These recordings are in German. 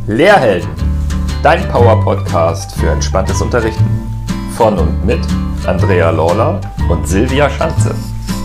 Lehrhelden, dein Power-Podcast für entspanntes Unterrichten. Von und mit Andrea Lawler und Silvia Schanze.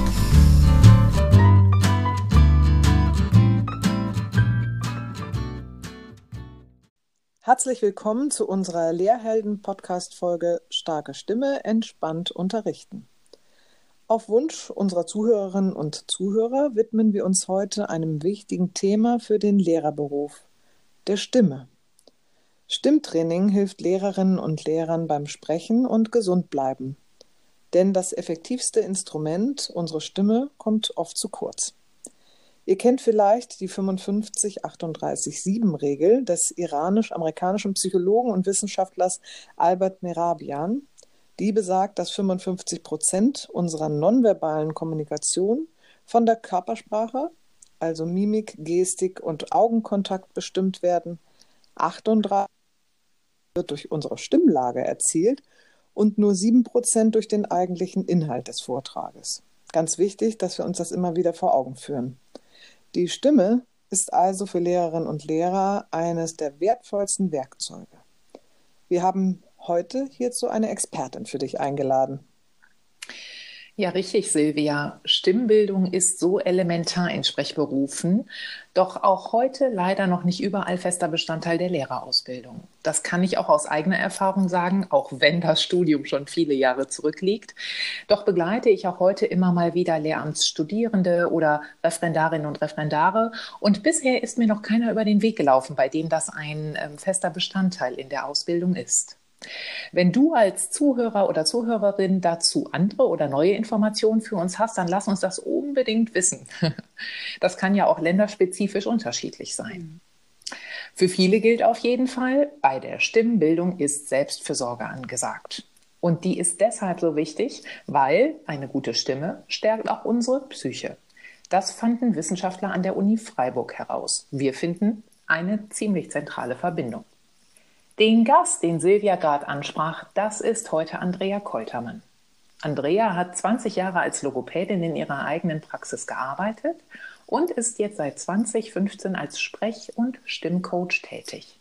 Herzlich willkommen zu unserer Lehrhelden-Podcast-Folge Starke Stimme, entspannt unterrichten. Auf Wunsch unserer Zuhörerinnen und Zuhörer widmen wir uns heute einem wichtigen Thema für den Lehrerberuf, der Stimme. Stimmtraining hilft Lehrerinnen und Lehrern beim Sprechen und Gesundbleiben. Denn das effektivste Instrument, unsere Stimme, kommt oft zu kurz. Ihr kennt vielleicht die 55-38-7-Regel des iranisch-amerikanischen Psychologen und Wissenschaftlers Albert Mehrabian. Die besagt, dass 55% unserer nonverbalen Kommunikation von der Körpersprache, also Mimik, Gestik und Augenkontakt bestimmt werden, 38% wird durch unsere Stimmlage erzielt und nur 7% durch den eigentlichen Inhalt des Vortrages. Ganz wichtig, dass wir uns das immer wieder vor Augen führen. Die Stimme ist also für Lehrerinnen und Lehrer eines der wertvollsten Werkzeuge. Wir haben heute hierzu eine Expertin für dich eingeladen. Ja, richtig, Silvia. Stimmbildung ist so elementar in Sprechberufen, doch auch heute leider noch nicht überall fester Bestandteil der Lehrerausbildung. Das kann ich auch aus eigener Erfahrung sagen, auch wenn das Studium schon viele Jahre zurückliegt. Doch begleite ich auch heute immer mal wieder Lehramtsstudierende oder Referendarinnen und Referendare. Und bisher ist mir noch keiner über den Weg gelaufen, bei dem das ein fester Bestandteil in der Ausbildung ist. Wenn du als Zuhörer oder Zuhörerin dazu andere oder neue Informationen für uns hast, dann lass uns das unbedingt wissen. Das kann ja auch länderspezifisch unterschiedlich sein. Für viele gilt auf jeden Fall, bei der Stimmbildung ist Selbstfürsorge angesagt. Und die ist deshalb so wichtig, weil eine gute Stimme stärkt auch unsere Psyche. Das fanden Wissenschaftler an der Uni Freiburg heraus. Wir finden eine ziemlich zentrale Verbindung. Den Gast, den Silvia gerade ansprach, das ist heute Andrea Koltermann. Andrea hat 20 Jahre als Logopädin in ihrer eigenen Praxis gearbeitet und ist jetzt seit 2015 als Sprech- und Stimmcoach tätig.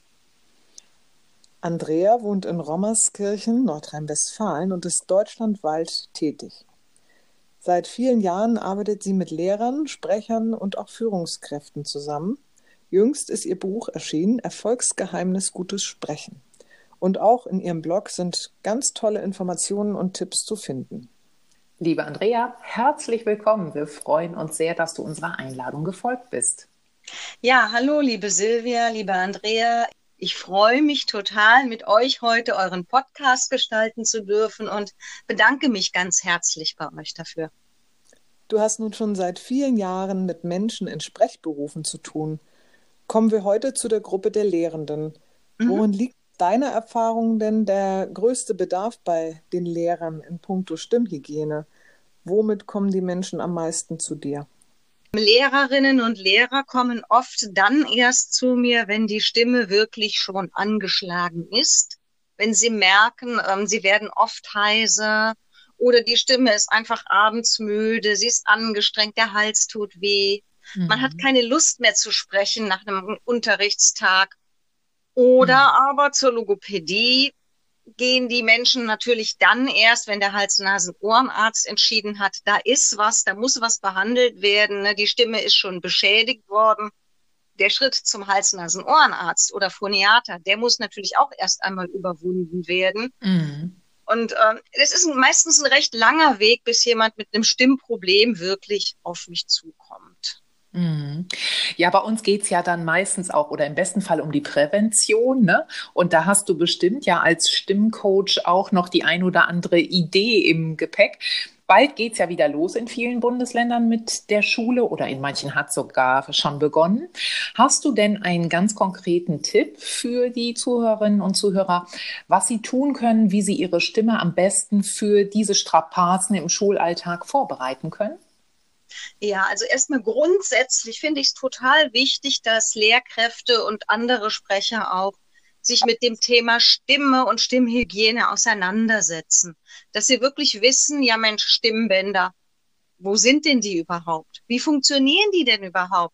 Andrea wohnt in Rommerskirchen, Nordrhein-Westfalen und ist deutschlandweit tätig. Seit vielen Jahren arbeitet sie mit Lehrern, Sprechern und auch Führungskräften zusammen. Jüngst ist ihr Buch erschienen, Erfolgsgeheimnis gutes Sprechen. Und auch in ihrem Blog sind ganz tolle Informationen und Tipps zu finden. Liebe Andrea, herzlich willkommen. Wir freuen uns sehr, dass du unserer Einladung gefolgt bist. Ja, hallo, liebe Silvia, liebe Andrea. Ich freue mich total, mit euch heute euren Podcast gestalten zu dürfen und bedanke mich ganz herzlich bei euch dafür. Du hast nun schon seit vielen Jahren mit Menschen in Sprechberufen zu tun. Kommen wir heute zu der Gruppe der Lehrenden. Worin liegt deiner Erfahrung denn der größte Bedarf bei den Lehrern in puncto Stimmhygiene? Womit kommen die Menschen am meisten zu dir? Lehrerinnen und Lehrer kommen oft dann erst zu mir, wenn die Stimme wirklich schon angeschlagen ist. Wenn sie merken, sie werden oft heiser oder die Stimme ist einfach abends müde, sie ist angestrengt, der Hals tut weh. Man hat keine Lust mehr zu sprechen nach einem Unterrichtstag. Oder aber zur Logopädie gehen die Menschen natürlich dann erst, wenn der Hals-Nasen-Ohrenarzt entschieden hat, da ist was, da muss was behandelt werden. Die Stimme ist schon beschädigt worden. Der Schritt zum Hals-Nasen-Ohrenarzt oder Phoniater, der muss natürlich auch erst einmal überwunden werden. Und es ist meistens ein recht langer Weg, bis jemand mit einem Stimmproblem wirklich auf mich zukommt. Ja, bei uns geht es ja dann meistens auch oder im besten Fall um die Prävention, ne? Und da hast du bestimmt ja als Stimmcoach auch noch die ein oder andere Idee im Gepäck. Bald geht es ja wieder los in vielen Bundesländern mit der Schule oder in manchen hat sogar schon begonnen. Hast du denn einen ganz konkreten Tipp für die Zuhörerinnen und Zuhörer, was sie tun können, wie sie ihre Stimme am besten für diese Strapazen im Schulalltag vorbereiten können? Ja, also erstmal grundsätzlich finde ich es total wichtig, dass Lehrkräfte und andere Sprecher auch sich mit dem Thema Stimme und Stimmhygiene auseinandersetzen. Dass sie wirklich wissen, ja Mensch, Stimmbänder, wo sind denn die überhaupt? Wie funktionieren die denn überhaupt?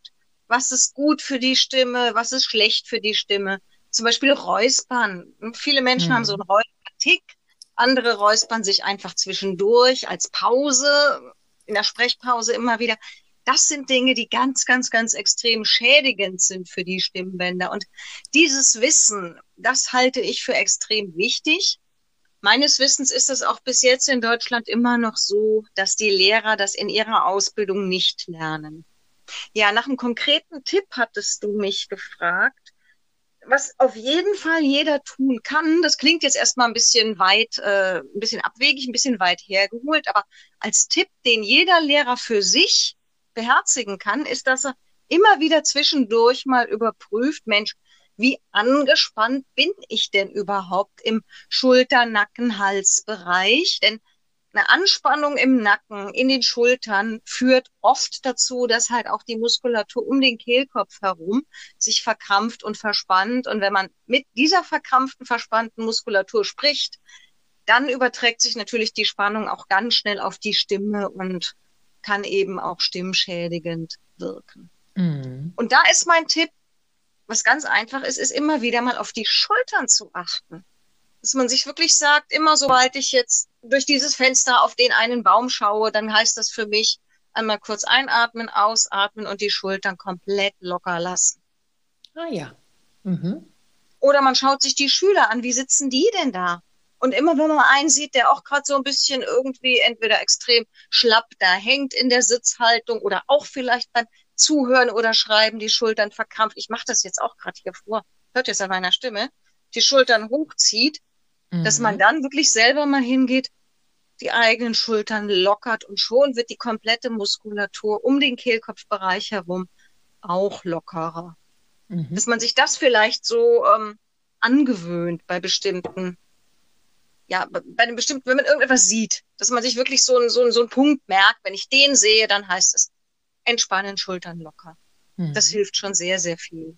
Was ist gut für die Stimme, was ist schlecht für die Stimme. Zum Beispiel Räuspern. Viele Menschen haben so einen Räuspertick, andere räuspern sich einfach zwischendurch als Pause, in der Sprechpause immer wieder. Das sind Dinge, die ganz, ganz, ganz extrem schädigend sind für die Stimmbänder. Und dieses Wissen, das halte ich für extrem wichtig. Meines Wissens ist es auch bis jetzt in Deutschland immer noch so, dass die Lehrer das in ihrer Ausbildung nicht lernen. Ja, nach einem konkreten Tipp hattest du mich gefragt, was auf jeden Fall jeder tun kann. Das klingt jetzt erstmal ein bisschen weit, ein bisschen abwegig, ein bisschen weit hergeholt, aber als Tipp, den jeder Lehrer für sich beherzigen kann, ist, dass er immer wieder zwischendurch mal überprüft, Mensch, wie angespannt bin ich denn überhaupt im Schulter-Nacken-Hals-Bereich? Denn eine Anspannung im Nacken, in den Schultern führt oft dazu, dass halt auch die Muskulatur um den Kehlkopf herum sich verkrampft und verspannt. Und wenn man mit dieser verkrampften, verspannten Muskulatur spricht, dann überträgt sich natürlich die Spannung auch ganz schnell auf die Stimme und kann eben auch stimmschädigend wirken. Mhm. Und da ist mein Tipp, was ganz einfach ist, ist immer wieder mal auf die Schultern zu achten. Dass man sich wirklich sagt, immer sobald ich jetzt durch dieses Fenster auf den einen Baum schaue, dann heißt das für mich, einmal kurz einatmen, ausatmen und die Schultern komplett locker lassen. Ah ja. Mhm. Oder man schaut sich die Schüler an, wie sitzen die denn da? Und immer wenn man einen sieht, der auch gerade so ein bisschen irgendwie entweder extrem schlapp da hängt in der Sitzhaltung oder auch vielleicht beim Zuhören oder Schreiben die Schultern verkrampft. Ich mache das jetzt auch gerade hier vor. Hört ihr es an meiner Stimme? Die Schultern hochzieht, dass man dann wirklich selber mal hingeht, die eigenen Schultern lockert und schon wird die komplette Muskulatur um den Kehlkopfbereich herum auch lockerer. Dass man sich das vielleicht so angewöhnt bei bestimmten, ja, bei einem bestimmten, wenn man irgendetwas sieht, dass man sich wirklich so einen Punkt merkt, wenn ich den sehe, dann heißt es, entspannen, Schultern locker. Das hilft schon sehr, sehr viel.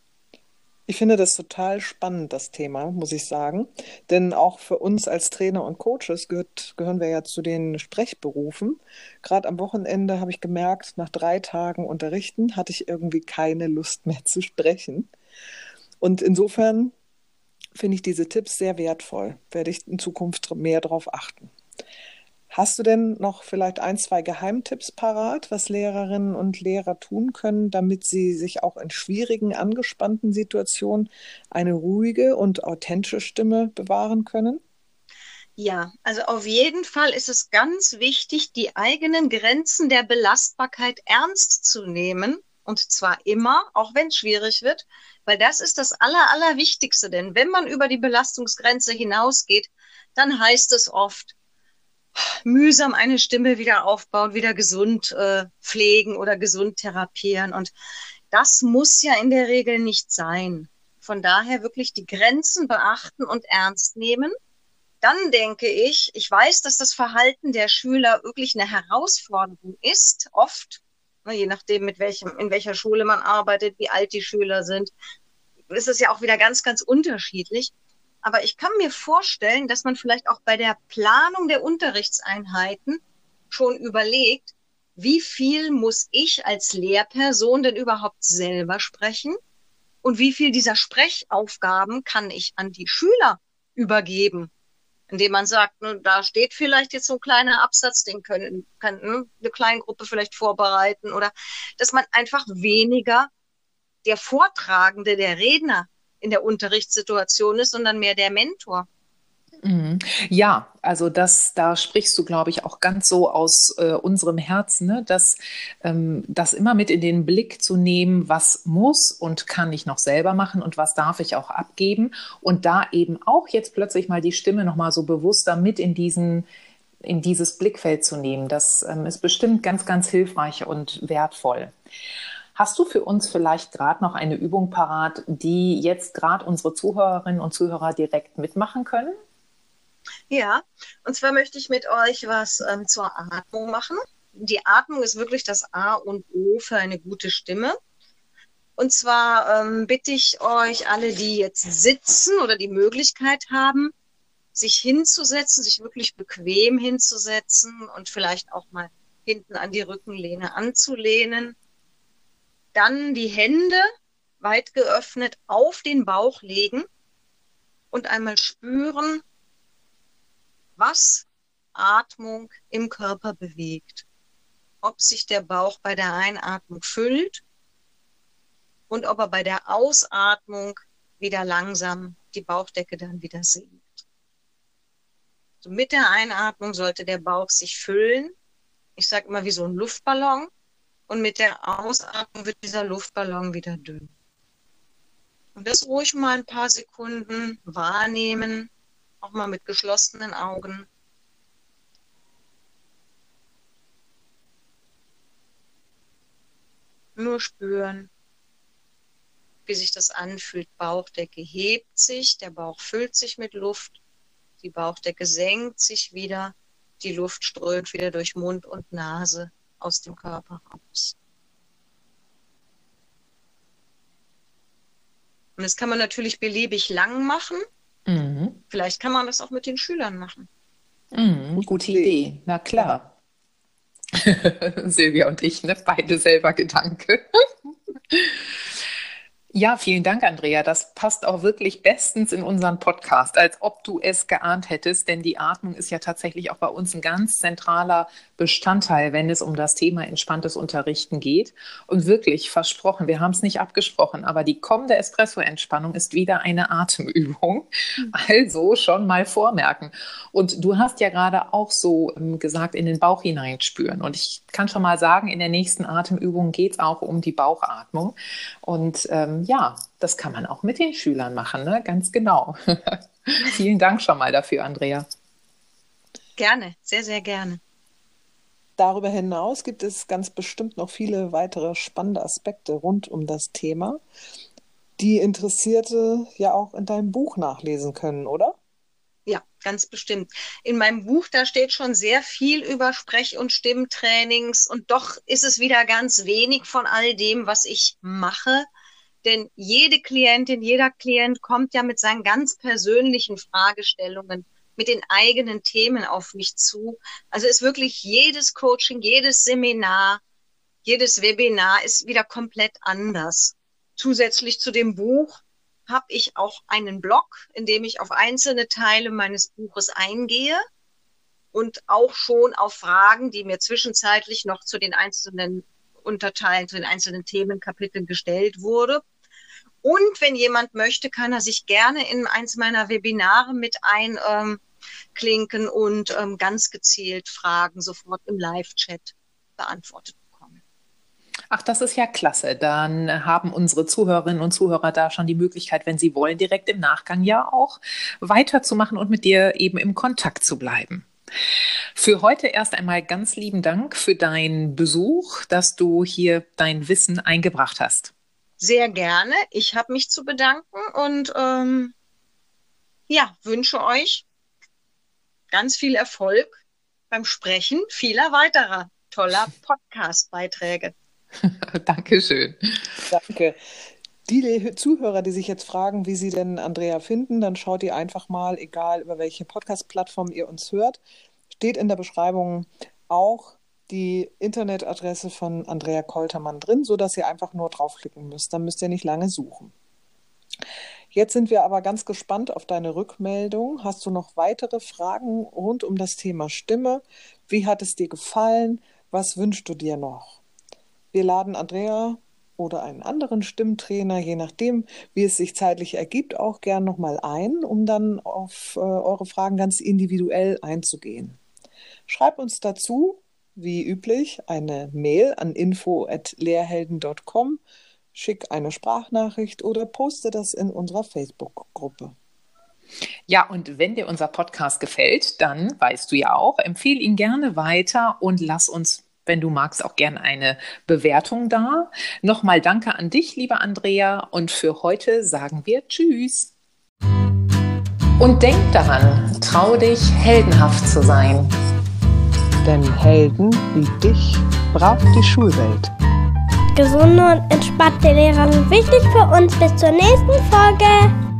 Ich finde das total spannend, das Thema, muss ich sagen. Denn auch für uns als Trainer und Coaches gehören wir ja zu den Sprechberufen. Gerade am Wochenende habe ich gemerkt, nach 3 Tagen Unterrichten hatte ich irgendwie keine Lust mehr zu sprechen. Und insofern finde ich diese Tipps sehr wertvoll. Werde ich in Zukunft mehr darauf achten. Hast du denn noch vielleicht 1, 2 Geheimtipps parat, was Lehrerinnen und Lehrer tun können, damit sie sich auch in schwierigen, angespannten Situationen eine ruhige und authentische Stimme bewahren können? Ja, also auf jeden Fall ist es ganz wichtig, die eigenen Grenzen der Belastbarkeit ernst zu nehmen. Und zwar immer, auch wenn es schwierig wird, weil das ist das Allerwichtigste. Denn wenn man über die Belastungsgrenze hinausgeht, dann heißt es oft, mühsam eine Stimme wieder aufbauen, wieder gesund pflegen oder gesund therapieren. Und das muss ja in der Regel nicht sein. Von daher wirklich die Grenzen beachten und ernst nehmen. Dann denke ich weiß, dass das Verhalten der Schüler wirklich eine Herausforderung ist, oft, je nachdem, in welcher Schule man arbeitet, wie alt die Schüler sind, ist es ja auch wieder ganz, ganz unterschiedlich. Aber ich kann mir vorstellen, dass man vielleicht auch bei der Planung der Unterrichtseinheiten schon überlegt, wie viel muss ich als Lehrperson denn überhaupt selber sprechen und wie viel dieser Sprechaufgaben kann ich an die Schüler übergeben, indem man sagt, da steht vielleicht jetzt so ein kleiner Absatz, den kann eine kleine Gruppe vielleicht vorbereiten oder dass man einfach weniger der Vortragende, der Redner in der Unterrichtssituation ist, sondern mehr der Mentor. Ja, also da sprichst du, glaube ich, auch ganz so aus unserem Herzen, ne? Das immer mit in den Blick zu nehmen, was muss und kann ich noch selber machen und was darf ich auch abgeben und da eben auch jetzt plötzlich mal die Stimme noch mal so bewusster mit in dieses Blickfeld zu nehmen. Das ist bestimmt ganz, ganz hilfreich und wertvoll. Hast du für uns vielleicht gerade noch eine Übung parat, die jetzt gerade unsere Zuhörerinnen und Zuhörer direkt mitmachen können? Ja, und zwar möchte ich mit euch was zur Atmung machen. Die Atmung ist wirklich das A und O für eine gute Stimme. Und zwar bitte ich euch alle, die jetzt sitzen oder die Möglichkeit haben, sich hinzusetzen, sich wirklich bequem hinzusetzen und vielleicht auch mal hinten an die Rückenlehne anzulehnen. Dann die Hände weit geöffnet auf den Bauch legen und einmal spüren, was Atmung im Körper bewegt. Ob sich der Bauch bei der Einatmung füllt und ob er bei der Ausatmung wieder langsam die Bauchdecke dann wieder sinkt. So mit der Einatmung sollte der Bauch sich füllen. Ich sage immer wie so ein Luftballon. Und mit der Ausatmung wird dieser Luftballon wieder dünn. Und das ruhig mal ein paar Sekunden wahrnehmen, auch mal mit geschlossenen Augen. Nur spüren, wie sich das anfühlt. Bauchdecke hebt sich, der Bauch füllt sich mit Luft, die Bauchdecke senkt sich wieder, die Luft strömt wieder durch Mund und Nase aus dem Körper raus. Und das kann man natürlich beliebig lang machen. Mhm. Vielleicht kann man das auch mit den Schülern machen. Gute Idee, na klar. Silvia und ich, ne? Beide selber Gedanke. Ja, vielen Dank, Andrea. Das passt auch wirklich bestens in unseren Podcast, als ob du es geahnt hättest, denn die Atmung ist ja tatsächlich auch bei uns ein ganz zentraler Bestandteil, wenn es um das Thema entspanntes Unterrichten geht. Und wirklich versprochen, wir haben es nicht abgesprochen, aber die kommende Espresso-Entspannung ist wieder eine Atemübung. Also schon mal vormerken. Und du hast ja gerade auch so gesagt, in den Bauch hineinspüren. Und ich kann schon mal sagen, in der nächsten Atemübung geht es auch um die Bauchatmung. Und ja, das kann man auch mit den Schülern machen, ne? Ganz genau. Vielen Dank schon mal dafür, Andrea. Gerne, sehr, sehr gerne. Darüber hinaus gibt es ganz bestimmt noch viele weitere spannende Aspekte rund um das Thema, die Interessierte ja auch in deinem Buch nachlesen können, oder? Ja, ganz bestimmt. In meinem Buch, da steht schon sehr viel über Sprech- und Stimmtrainings und doch ist es wieder ganz wenig von all dem, was ich mache. Denn jede Klientin, jeder Klient kommt ja mit seinen ganz persönlichen Fragestellungen, mit den eigenen Themen auf mich zu. Also ist wirklich jedes Coaching, jedes Seminar, jedes Webinar ist wieder komplett anders. Zusätzlich zu dem Buch habe ich auch einen Blog, in dem ich auf einzelne Teile meines Buches eingehe und auch schon auf Fragen, die mir zwischenzeitlich noch zu den einzelnen Unterteilen, zu den einzelnen Themenkapiteln gestellt wurde. Und wenn jemand möchte, kann er sich gerne in eins meiner Webinare mit einklinken und ganz gezielt Fragen sofort im Live-Chat beantwortet bekommen. Ach, das ist ja klasse. Dann haben unsere Zuhörerinnen und Zuhörer da schon die Möglichkeit, wenn sie wollen, direkt im Nachgang ja auch weiterzumachen und mit dir eben im Kontakt zu bleiben. Für heute erst einmal ganz lieben Dank für deinen Besuch, dass du hier dein Wissen eingebracht hast. Sehr gerne. Ich habe mich zu bedanken und wünsche euch ganz viel Erfolg beim Sprechen vieler weiterer toller Podcast-Beiträge. Dankeschön. Danke. Die Zuhörer, die sich jetzt fragen, wie sie denn Andrea finden, dann schaut ihr einfach mal, egal über welche Podcast-Plattform ihr uns hört, steht in der Beschreibung auch die Internetadresse von Andrea Koltermann drin, sodass ihr einfach nur draufklicken müsst. Dann müsst ihr nicht lange suchen. Jetzt sind wir aber ganz gespannt auf deine Rückmeldung. Hast du noch weitere Fragen rund um das Thema Stimme? Wie hat es dir gefallen? Was wünschst du dir noch? Wir laden Andrea oder einen anderen Stimmtrainer, je nachdem, wie es sich zeitlich ergibt, auch gern nochmal ein, um dann auf eure Fragen ganz individuell einzugehen. Schreib uns dazu, wie üblich, eine Mail an info@lehrhelden.com, schick eine Sprachnachricht oder poste das in unserer Facebook-Gruppe. Ja, und wenn dir unser Podcast gefällt, dann weißt du ja auch, empfehle ihn gerne weiter und lass uns, wenn du magst, auch gerne eine Bewertung da. Nochmal danke an dich, liebe Andrea, und für heute sagen wir Tschüss. Und denk daran, trau dich, heldenhaft zu sein. Denn Helden wie dich braucht die Schulwelt. Gesunde und entspannte Lehrer sind wichtig für uns. Bis zur nächsten Folge.